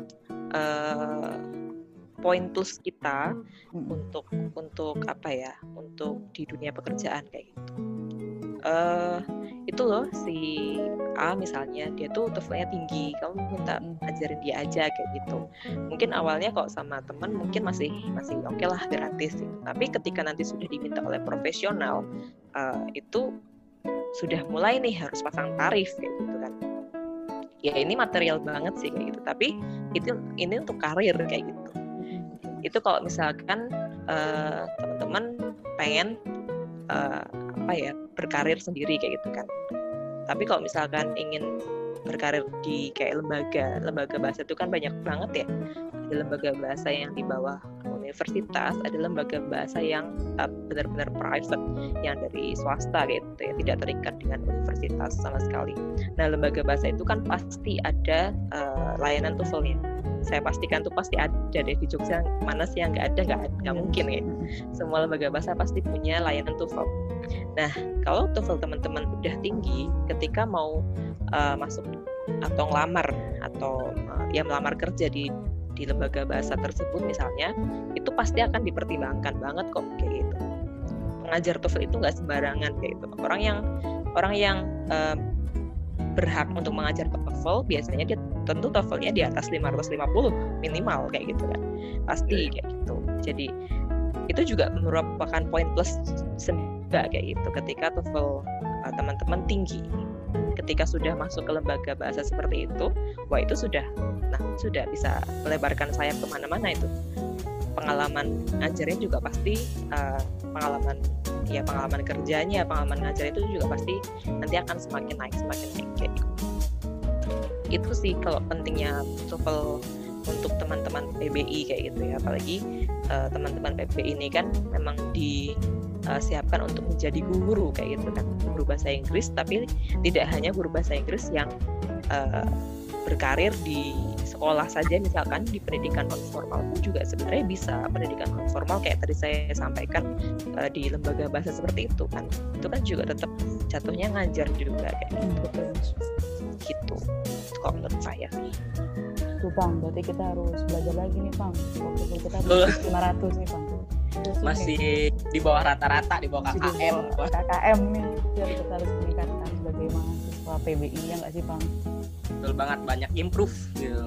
uh, poin plus kita hmm. untuk untuk apa ya, untuk di dunia pekerjaan kayak gitu. Uh, itu loh si A misalnya, dia tuh TOEFL-nya tinggi, kamu minta ajarin dia aja kayak gitu. Mungkin awalnya kok sama teman mungkin masih masih oke okay lah, gratis gitu. Tapi ketika nanti sudah diminta oleh profesional, uh, itu sudah mulai nih harus pasang tarif kayak gitu kan. Ya ini material banget sih kayak gitu. Tapi itu ini untuk karir kayak gitu. Itu kalau misalkan uh, teman-teman pengen uh, apa ya, berkarir sendiri kayak gitu kan. Tapi kalau misalkan ingin berkarir di kayak lembaga lembaga bahasa itu kan banyak banget ya. Ada lembaga bahasa yang di bawah universitas, ada lembaga bahasa yang uh, benar-benar private, yang dari swasta gitu ya, tidak terikat dengan universitas sama sekali. Nah, lembaga bahasa itu kan pasti ada uh, layanan TOEFL-nya. Saya pastikan tuh pasti ada deh di Jogja. Mana sih yang nggak ada? Nggak nggak mungkin ya. Semua lembaga bahasa pasti punya layanan TOEFL. Nah, kalau TOEFL teman-teman udah tinggi, ketika mau uh, masuk atau ngelamar atau uh, ya melamar kerja di di lembaga bahasa tersebut misalnya, itu pasti akan dipertimbangkan banget kok kayak gitu. Pengajar TOEFL itu nggak sembarangan kayak gitu. Orang yang orang yang uh, berhak untuk mengajar TOEFL biasanya dia tentu TOEFL-nya di atas lima ratus lima puluh minimal kayak gitu kan, pasti kayak gitu. Jadi itu juga merupakan poin plus juga kayak gitu ketika TOEFL uh, teman-teman tinggi. Ketika sudah masuk ke lembaga bahasa seperti itu, wah itu sudah, nah sudah bisa melebarkan sayap kemana-mana itu. Pengalaman ngajarnya juga pasti uh, pengalaman ya pengalaman kerjanya, pengalaman ngajar itu juga pasti nanti akan semakin naik, semakin naik kayak gitu. Itu sih kalau pentingnya TOEFL untuk teman-teman P B I kayak gitu ya, apalagi uh, teman-teman P B I ini kan memang disiapkan uh, untuk menjadi guru kayak gitu kan, guru bahasa Inggris, tapi tidak hanya guru bahasa Inggris yang uh, berkarir di sekolah saja, misalkan di pendidikan non formal pun juga sebenarnya bisa pendidikan non formal kayak tadi saya sampaikan uh, di lembaga bahasa seperti itu kan, itu kan juga tetap jatuhnya ngajar juga kayak gitu. Gitu kok menurut saya sih. Tuh Bang, berarti kita harus belajar lagi nih Bang. Waktu itu kita harus lima ratus nih Bang. Terus Masih nih, di bawah rata-rata, di bawah K K M. K K M nih, jadi kita harus meningkatkan sebagai mahasiswa P B I ya nggak sih Bang? Betul banget, banyak improve gitu.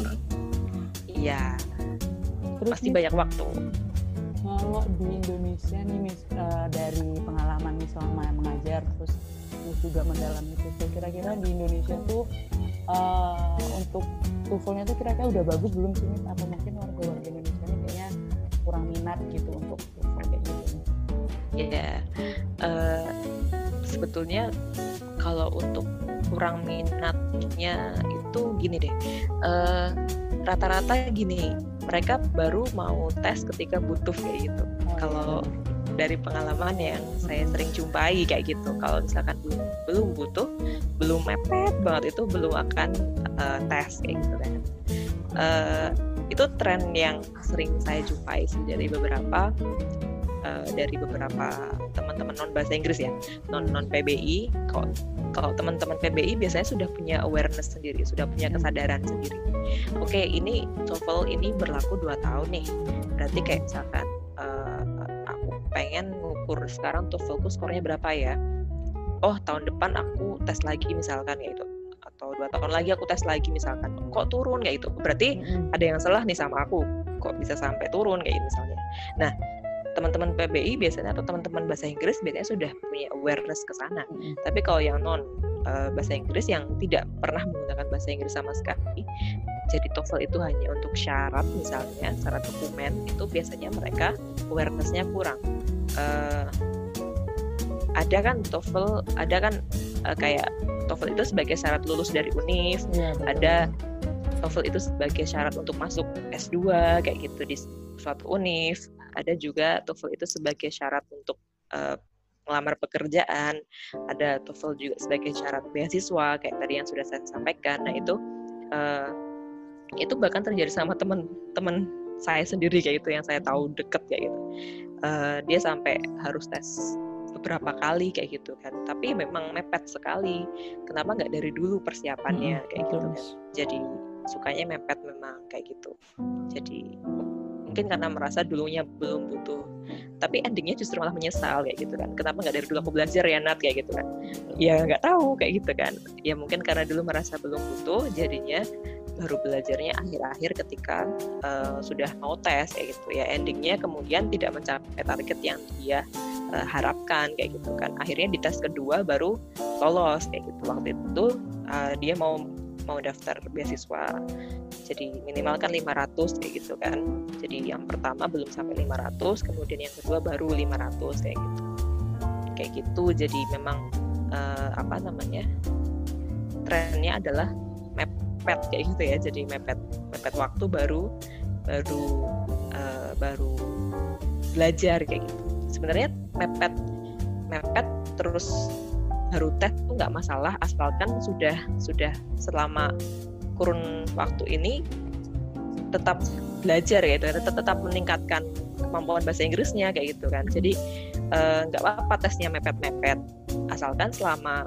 Iya, Terus pasti nih, banyak waktu. kalau di Indonesia nih mis, uh, dari pengalaman nih selama mengajar terus terus juga mendalami TOEFL, kira-kira di Indonesia tuh uh, untuk TOEFL-nya tuh kira-kira udah bagus belum sih Mis? Atau mungkin warga-warga Indonesia ini kayaknya kurang minat gitu untuk TOEFL kayak gitu. Ya, uh, sebetulnya kalau untuk kurang minatnya itu gini deh, uh, rata-rata gini, mereka baru mau tes ketika butuh kayak gitu. Oh, Kalau dari pengalaman yang saya sering jumpai kayak gitu, kalau misalkan belum belum butuh, belum mepet banget itu belum akan uh, tes kayak gitu kan. Uh, itu tren yang sering saya jumpai sih dari beberapa uh, dari beberapa teman-teman non bahasa Inggris ya, non non P B I. Kalau kalau teman-teman P B I biasanya sudah punya awareness sendiri, sudah punya kesadaran sendiri. Oke, ini TOEFL ini berlaku dua tahun nih. Berarti kayak misalkan uh, aku pengen ngukur sekarang TOEFLku skornya berapa ya. Oh, tahun depan aku tes lagi misalkan kayak itu. Atau dua tahun lagi aku tes lagi misalkan. Kok turun kayak itu? Berarti Mm-hmm. ada yang salah nih sama aku. Kok bisa sampai turun kayak gitu misalnya. Nah, teman-teman P B I biasanya atau teman-teman bahasa Inggris biasanya sudah punya awareness ke sana. Mm-hmm. Tapi kalau yang non uh, bahasa Inggris yang tidak pernah menggunakan bahasa Inggris sama sekali, jadi TOEFL itu hanya untuk syarat misalnya, syarat dokumen, itu biasanya mereka awareness-nya kurang. Uh, ada kan TOEFL, ada kan uh, kayak TOEFL itu sebagai syarat lulus dari univ, Ya, ada TOEFL itu sebagai syarat untuk masuk S dua kayak gitu di suatu univ, ada juga TOEFL itu sebagai syarat untuk uh, melamar pekerjaan, ada TOEFL juga sebagai syarat beasiswa kayak tadi yang sudah saya sampaikan. Nah itu uh, itu bahkan terjadi sama teman-teman saya sendiri kayak gitu yang saya tahu deket kayak gitu. Uh, dia sampai harus tes beberapa kali kayak gitu kan, tapi memang mepet sekali. Kenapa nggak dari dulu persiapannya kayak gitu kan? Jadi sukanya mepet memang kayak gitu. Jadi mungkin karena merasa dulunya belum butuh, tapi endingnya justru malah menyesal kayak gitu kan. Kenapa nggak dari dulu aku belajar ya Nat kayak gitu kan? Ya nggak tahu kayak gitu kan. Ya mungkin karena dulu merasa belum butuh, jadinya baru belajarnya akhir-akhir ketika uh, sudah mau tes kayak gitu ya. Endingnya kemudian tidak mencapai target yang dia uh, harapkan kayak gitu kan. Akhirnya di tes kedua baru lolos kayak gitu. Waktu itu uh, dia mau mau daftar beasiswa, jadi minimal kan lima ratus kayak gitu kan. Jadi yang pertama belum sampai lima ratus, kemudian yang kedua baru lima ratus kayak gitu. Kayak gitu. Jadi memang uh, apa namanya? Trennya adalah mepet kayak gitu ya. Jadi mepet mepet waktu baru baru uh, baru belajar kayak gitu. Sebenarnya mepet mepet terus baru tes itu nggak masalah, asalkan sudah sudah selama kurun waktu ini tetap belajar ya, tetap, tetap meningkatkan kemampuan bahasa Inggrisnya kayak gitu kan. Jadi nggak uh, apa-apa tesnya mepet-mepet, asalkan selama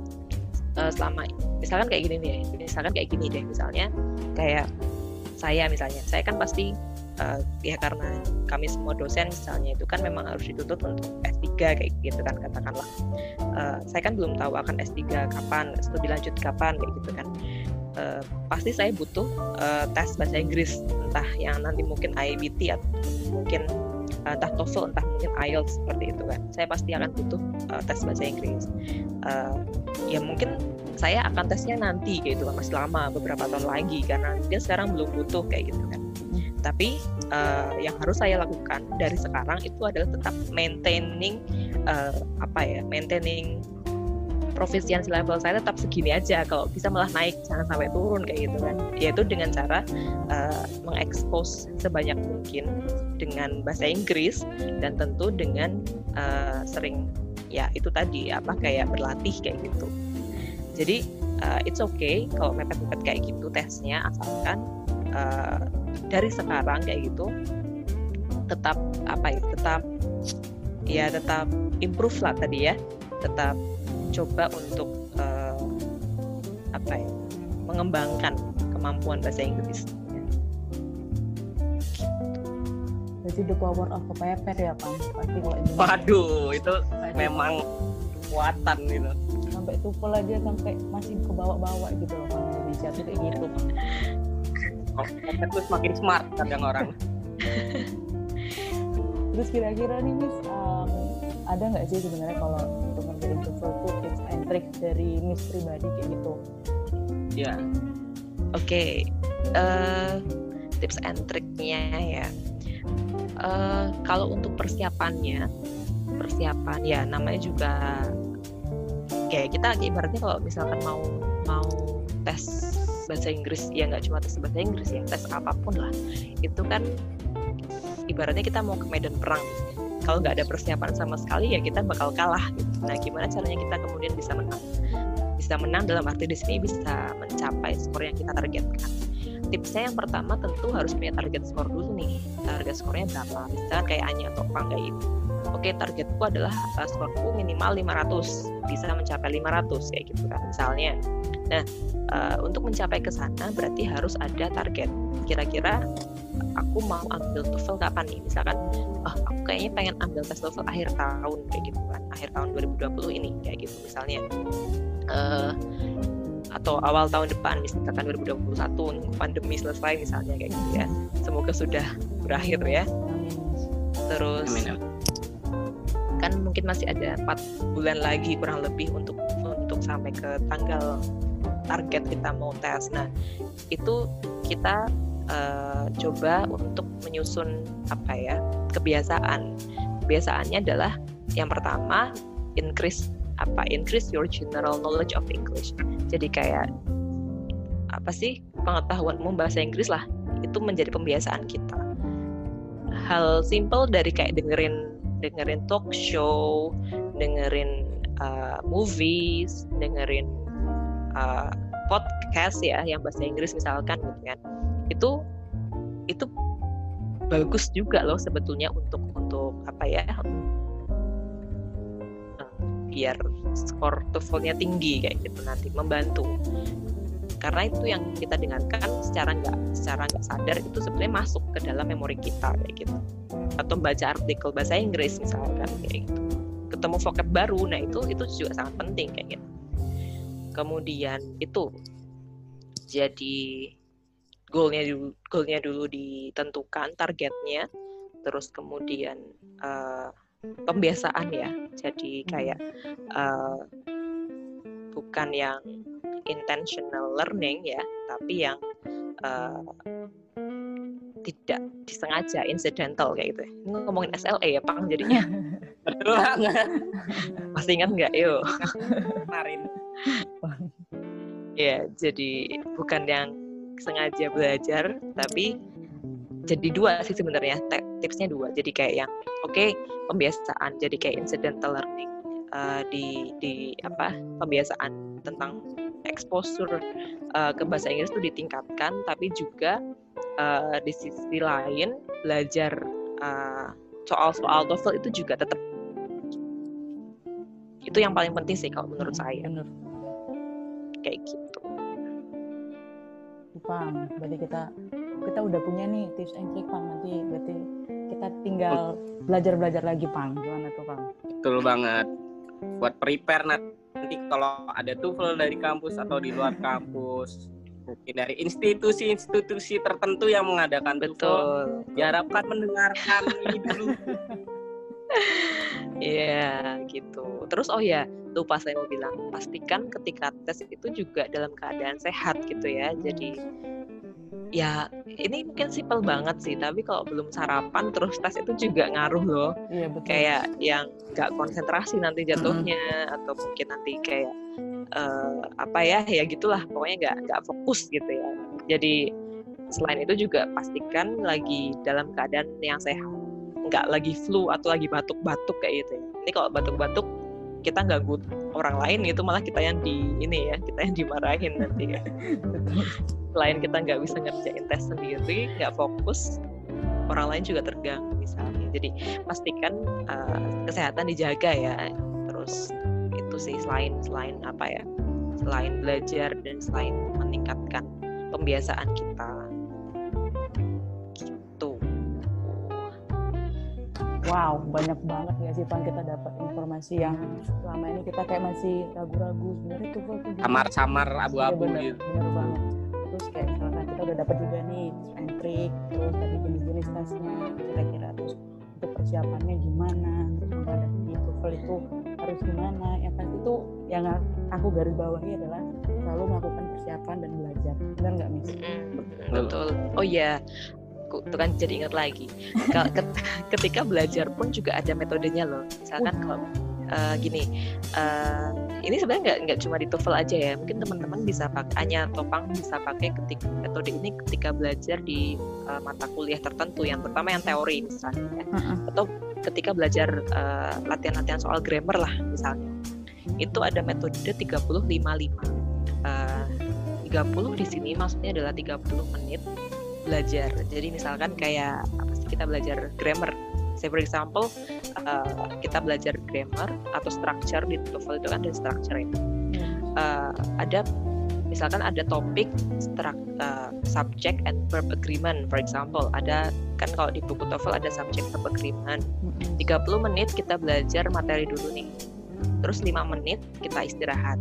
uh, selama misalkan kayak gini nih, misalkan kayak gini deh, misalnya kayak saya misalnya, saya kan pasti uh, ya karena kami semua dosen misalnya itu kan memang harus dituntut untuk S tiga kayak gitu kan katakanlah. Uh, saya kan belum tahu akan S tiga kapan, studi lanjut kapan kayak gitu kan. Uh, pasti saya butuh uh, tes bahasa Inggris, entah yang nanti mungkin I B T atau mungkin uh, entah TOEFL, entah mungkin I E L T S seperti itu kan. Saya pasti akan butuh uh, tes bahasa Inggris. Uh, ya mungkin saya akan tesnya nanti kayak gitu kan, masih lama beberapa tahun lagi karena mungkin sekarang belum butuh kayak gitu kan. Tapi uh, yang harus saya lakukan dari sekarang itu adalah tetap maintaining uh, apa ya, maintaining proficiency level saya tetap segini aja, kalau bisa malah naik, jangan sampai turun kayak gitu kan. Yaitu dengan cara uh, mengekspos sebanyak mungkin dengan bahasa Inggris dan tentu dengan uh, sering ya itu tadi apa kayak berlatih kayak gitu. Jadi uh, it's okay kalau mepet-mepet kayak gitu tesnya, asalkan uh, dari sekarang kayak gitu tetap apa ya, tetap ya tetap improve lah tadi ya, tetap coba untuk uh, apa ya, mengembangkan kemampuan bahasa Inggris. Jadi the power of kepepet ya Bang, pasti kalau Indonesia. Waduh, itu memang kekuatan gitu. Sampai TOEFL aja sampai masih kebawa-bawa gitu loh Bang, Indonesia tuh kayak gitu Bang. Oh, kepepet tuh semakin smart kadang orang. Terus kira-kira nih Miss, um, ada nggak sih sebenarnya kalau untuk ngerjain TOEFL tuh tips and tricks dari Miss pribadi kayak gitu? Ya. Oke, okay. uh, tips and triknya ya. Uh, kalau untuk persiapannya, persiapan ya namanya juga kayak kita ibaratnya kalau misalkan mau mau tes bahasa Inggris ya nggak cuma tes bahasa Inggris ya, tes apapun lah itu kan ibaratnya kita mau ke medan perang. Kalau nggak ada persiapan sama sekali ya kita bakal kalah gitu. Nah gimana caranya kita kemudian bisa menang? Bisa menang dalam arti di sini bisa mencapai skor yang kita targetkan. Tipsnya yang pertama tentu harus punya target skor dulu nih. Target skornya berapa? Misalkan kayak Anya atau Pang kayak itu. Oke, targetku adalah uh, skorku minimal lima ratus, bisa mencapai lima ratus kayak gitu kan misalnya. Nah, uh, untuk mencapai ke sana berarti harus ada target. Kira-kira aku mau ambil TOEFL kapan nih? Misalkan, oh, aku kayaknya pengen ambil tes TOEFL akhir tahun kayak gitu kan. Akhir tahun dua ribu dua puluh ini kayak gitu misalnya. Uh, atau awal tahun depan misalkan dua ribu dua puluh satu pandemi selesai misalnya kayak gitu ya, semoga sudah berakhir ya. Terus Amin. Kan mungkin masih ada empat bulan lagi kurang lebih untuk untuk sampai ke tanggal target kita mau tes. Nah itu kita uh, coba untuk menyusun apa ya kebiasaan. Kebiasaannya adalah yang pertama increase apa increase your general knowledge of English. Jadi kayak apa sih pengetahuanmu bahasa Inggris lah, itu menjadi pembiasaan kita. Hal simple dari kayak dengerin dengerin talk show, dengerin uh, movies, dengerin uh, podcast ya yang bahasa Inggris misalkan gitu kan. Itu itu bagus juga loh sebetulnya untuk untuk apa ya? Biar skor TOEFL-nya tinggi kayak gitu nanti membantu. Karena itu yang kita dengarkan secara nggak secara nggak sadar itu sebenarnya masuk ke dalam memori kita kayak gitu. Atau baca artikel bahasa Inggris misalkan kayak gitu. Ketemu vocab baru, nah itu itu juga sangat penting kayak gitu. Kemudian itu jadi goalnya dulu goalnya dulu ditentukan targetnya, terus kemudian uh, pembiasaan ya, jadi kayak uh, bukan yang intentional learning ya, tapi yang uh, tidak disengaja, incidental kayak gitu. Ini ngomongin S L A ya Pang jadinya. Betul banget. Masih ingat nggak? Yuk. Kemarin. Ya, jadi bukan yang sengaja belajar, tapi jadi dua sih sebenarnya, tipsnya dua. Jadi kayak yang oke okay, pembiasaan, jadi kayak incidental learning uh, di di apa pembiasaan tentang exposure uh, ke bahasa Inggris itu ditingkatkan, tapi juga uh, di sisi lain belajar uh, soal-soal TOEFL itu juga tetap itu yang paling penting sih kalau menurut saya. Bener. Kayak gitu. Pang, berarti kita kita udah punya nih tips and trick Pang, nanti berarti kita tinggal belajar-belajar lagi Pang, gimana tuh Pang? Betul banget, buat prepare nanti kalau ada TOEFL dari kampus atau di luar kampus, mungkin dari institusi-institusi tertentu yang mengadakan TOEFL, diharapkan mendengarkan ini dulu. Iya gitu. Terus oh ya lupa saya mau bilang, pastikan ketika tes itu juga dalam keadaan sehat gitu ya. Jadi ya ini mungkin simpel banget sih, tapi kalau belum sarapan terus tes itu juga ngaruh loh. Iya, betul. Kayak yang nggak konsentrasi nanti jatuhnya, hmm. atau mungkin nanti kayak uh, apa ya ya gitulah, pokoknya nggak nggak fokus gitu ya. Jadi selain itu juga pastikan lagi dalam keadaan yang sehat, nggak lagi flu atau lagi batuk-batuk kayak gitu ya. Ini kalau batuk-batuk kita ganggu orang lain itu malah kita yang di ini ya, kita yang dimarahin nanti ya. Selain kita nggak bisa ngerjain tes sendiri, nggak fokus, orang lain juga terganggu misalnya. Jadi pastikan uh, kesehatan dijaga ya. Terus itu sih selain selain apa ya, selain belajar dan selain meningkatkan pembiasaan kita. Gitu. Wow, banyak banget ya sih Pan kita dapat informasi yang selama ini kita kayak masih ragu-ragu sebenarnya TOEFL tuh gimana? Samar-samar abu-abu Iya, bener, gitu. bener banget. Terus kayak misalkan kita udah dapat juga nih tips and trick, terus tadi jenis-jenis tesnya kira-kira, terus untuk persiapannya gimana, terus menghadapi TOEFL itu harus gimana. Yang pasti itu yang aku garis bawahi adalah selalu melakukan persiapan dan belajar. Benar nggak, Miss? Mm, betul. Oh iya, aku tuh kan jadi ingat lagi. Kalau ketika belajar pun juga ada metodenya loh. Misalkan Uh. kalau uh, gini, uh, ini sebenarnya nggak nggak cuma di TOEFL aja ya. Mungkin teman-teman bisa pakai, Anya atau Pang bisa pakai ketika metode ini ketika belajar di uh, mata kuliah tertentu. Yang pertama yang teori misalnya, Uh-uh. atau ketika belajar uh, latihan-latihan soal grammar lah misalnya. Itu ada metode tiga puluh lima lima. Uh, tiga puluh di sini maksudnya adalah tiga puluh menit belajar. Jadi misalkan kayak apa sih, kita belajar grammar. Say for example, uh, kita belajar grammar atau structure di TOEFL itu kan ada structure itu. Uh, ada misalkan ada topik struct, uh, subject and verb agreement, for example. Ada kan kalau di buku TOEFL ada subject verb agreement. tiga puluh menit kita belajar materi dulu nih. Terus lima menit kita istirahat.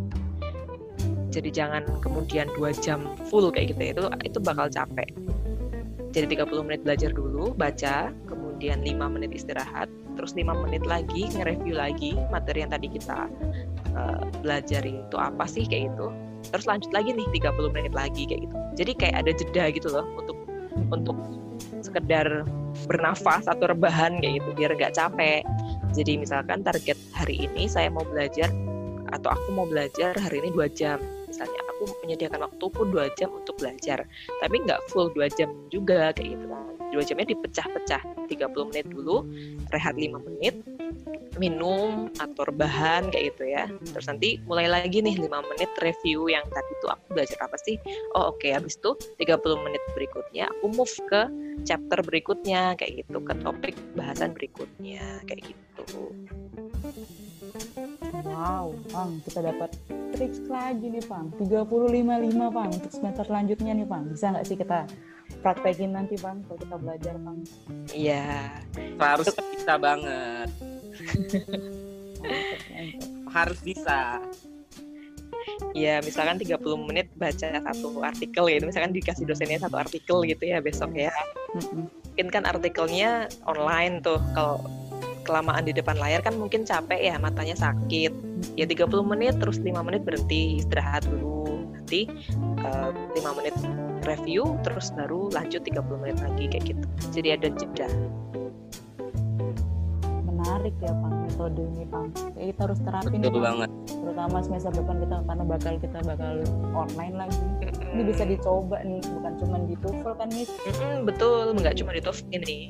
Jadi jangan kemudian dua jam full kayak gitu ya. Itu itu bakal capek. Jadi tiga puluh menit belajar dulu, baca, kemudian lima menit istirahat, terus lima menit lagi nge-review lagi materi yang tadi kita uh, belajar itu apa sih kayak gitu. Terus lanjut lagi nih tiga puluh menit lagi kayak gitu. Jadi kayak ada jeda gitu loh untuk untuk sekedar bernafas atau rebahan kayak gitu biar nggak capek. Jadi misalkan target hari ini saya mau belajar atau aku mau belajar hari ini dua jam. Misalnya aku menyediakan waktu pun dua jam untuk belajar. Tapi nggak full dua jam juga kayak gitu kan. dua jamnya dipecah-pecah. tiga puluh menit dulu, rehat lima menit, minum atau rebahan kayak gitu ya. Terus nanti mulai lagi nih lima menit review yang tadi tuh aku belajar apa sih. Oh oke, okay. Habis itu tiga puluh menit berikutnya aku move ke chapter berikutnya kayak gitu, ke topik bahasan berikutnya kayak gitu. Wow, Pang, kita dapat triks lagi nih, Pang. tiga puluh lima lima, Pang, untuk semester selanjutnya nih, Pang. Bisa nggak sih kita praktekin nanti, Pang, kalau kita belajar, Pang? Iya. Harus bisa banget. Mantap, mantap. Harus bisa. Ya, misalkan tiga puluh menit baca satu artikel gitu. Misalkan dikasih dosennya satu artikel gitu ya besok ya. Mm-mm. Mungkin kan artikelnya online tuh. Kalau kelamaan di depan layar kan mungkin capek ya, matanya sakit. Ya tiga puluh menit terus lima menit berhenti, istirahat dulu. Nanti uh, lima menit review terus baru lanjut tiga puluh menit lagi kayak gitu. Jadi ada jeda. Menarik ya, Pang, metode ini, Pang. Kayak kita harus terapin, Betul Pang. banget. Terutama semester depan kita karena bakal kita bakal online lagi. Ini bisa dicoba nih, bukan cuma di TOEFL kan, Miss? Mm-mm, betul, nggak cuma di TOEFL ini.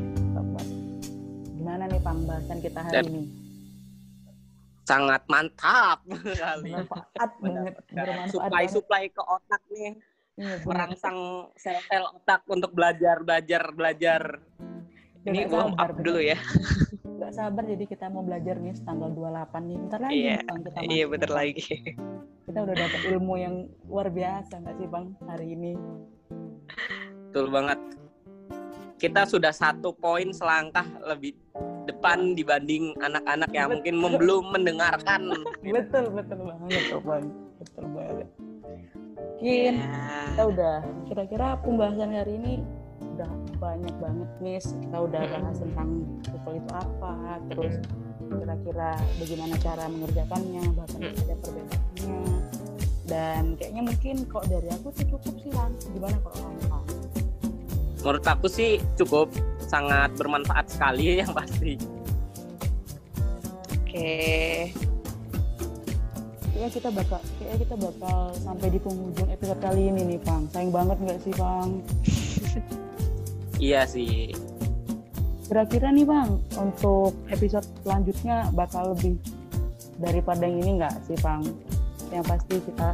Gimana nih, Pang, bahasan kita hari Dan ini? Sangat mantap kali. Bermanfaat banget, bermanfaat Suplai banget. suplai ke otak nih, Iya, bener. merangsang sel-sel otak untuk belajar belajar belajar. Ini Nggak warm sabar, up dulu ya. Nggak sabar, jadi kita mau belajar nih tanggal dua puluh delapan nih. Bentar lagi Iya, nih, Bang, kita iya masuk, bener Bang. lagi. Kita udah dapat ilmu yang luar biasa nggak sih, Bang, hari ini? Betul banget. Kita sudah satu poin selangkah lebih depan dibanding anak-anak yang mungkin mem- belum mendengarkan. Betul, betul banget, betul banget, betul banget. Mungkin Ya. kita udah, kira-kira pembahasan hari ini udah banyak banget, Miss. Kita udah bahas tentang TOEFL itu apa, terus kira-kira bagaimana cara mengerjakannya, bahkan ada perbedaannya. Dan kayaknya mungkin kok dari aku sih cukup sih, Bang. Gimana kalau kamu, Bang? Menurut aku sih cukup, sangat bermanfaat sekali yang pasti. Oke. Kayaknya kita bakal, kayaknya kita bakal sampai di penghujung episode kali ini nih, Bang. Sayang banget nggak sih, Bang? Iya sih. Kira-kira nih, Bang, untuk episode selanjutnya bakal lebih daripada yang ini nggak sih, Bang? Yang pasti kita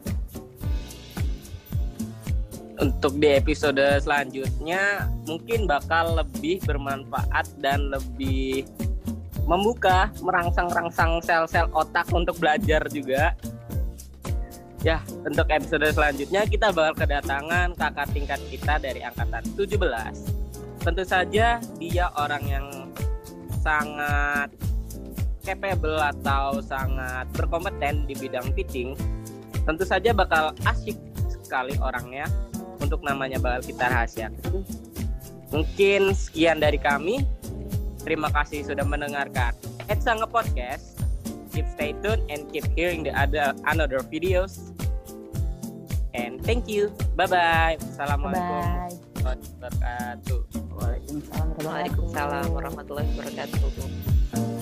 Untuk di episode selanjutnya mungkin bakal lebih bermanfaat dan lebih membuka, merangsang-rangsang sel-sel otak untuk belajar juga. Ya, untuk episode selanjutnya kita bakal kedatangan kakak tingkat kita dari angkatan tujuh belas. Tentu saja dia orang yang sangat capable atau sangat berkompeten di bidang teaching. Tentu saja bakal asik sekali orangnya. Untuk namanya bakal kita rahasiakan. Mungkin sekian dari kami. Terima kasih sudah mendengarkan Etsa Nge-Podcast. Keep stay tuned and keep hearing the other another videos. And thank you. Bye-bye. Assalamualaikum warahmatullahi wabarakatuh. Waalaikumsalam warahmatullahi wabarakatuh. Waalaikumsalam warahmatullahi wabarakatuh.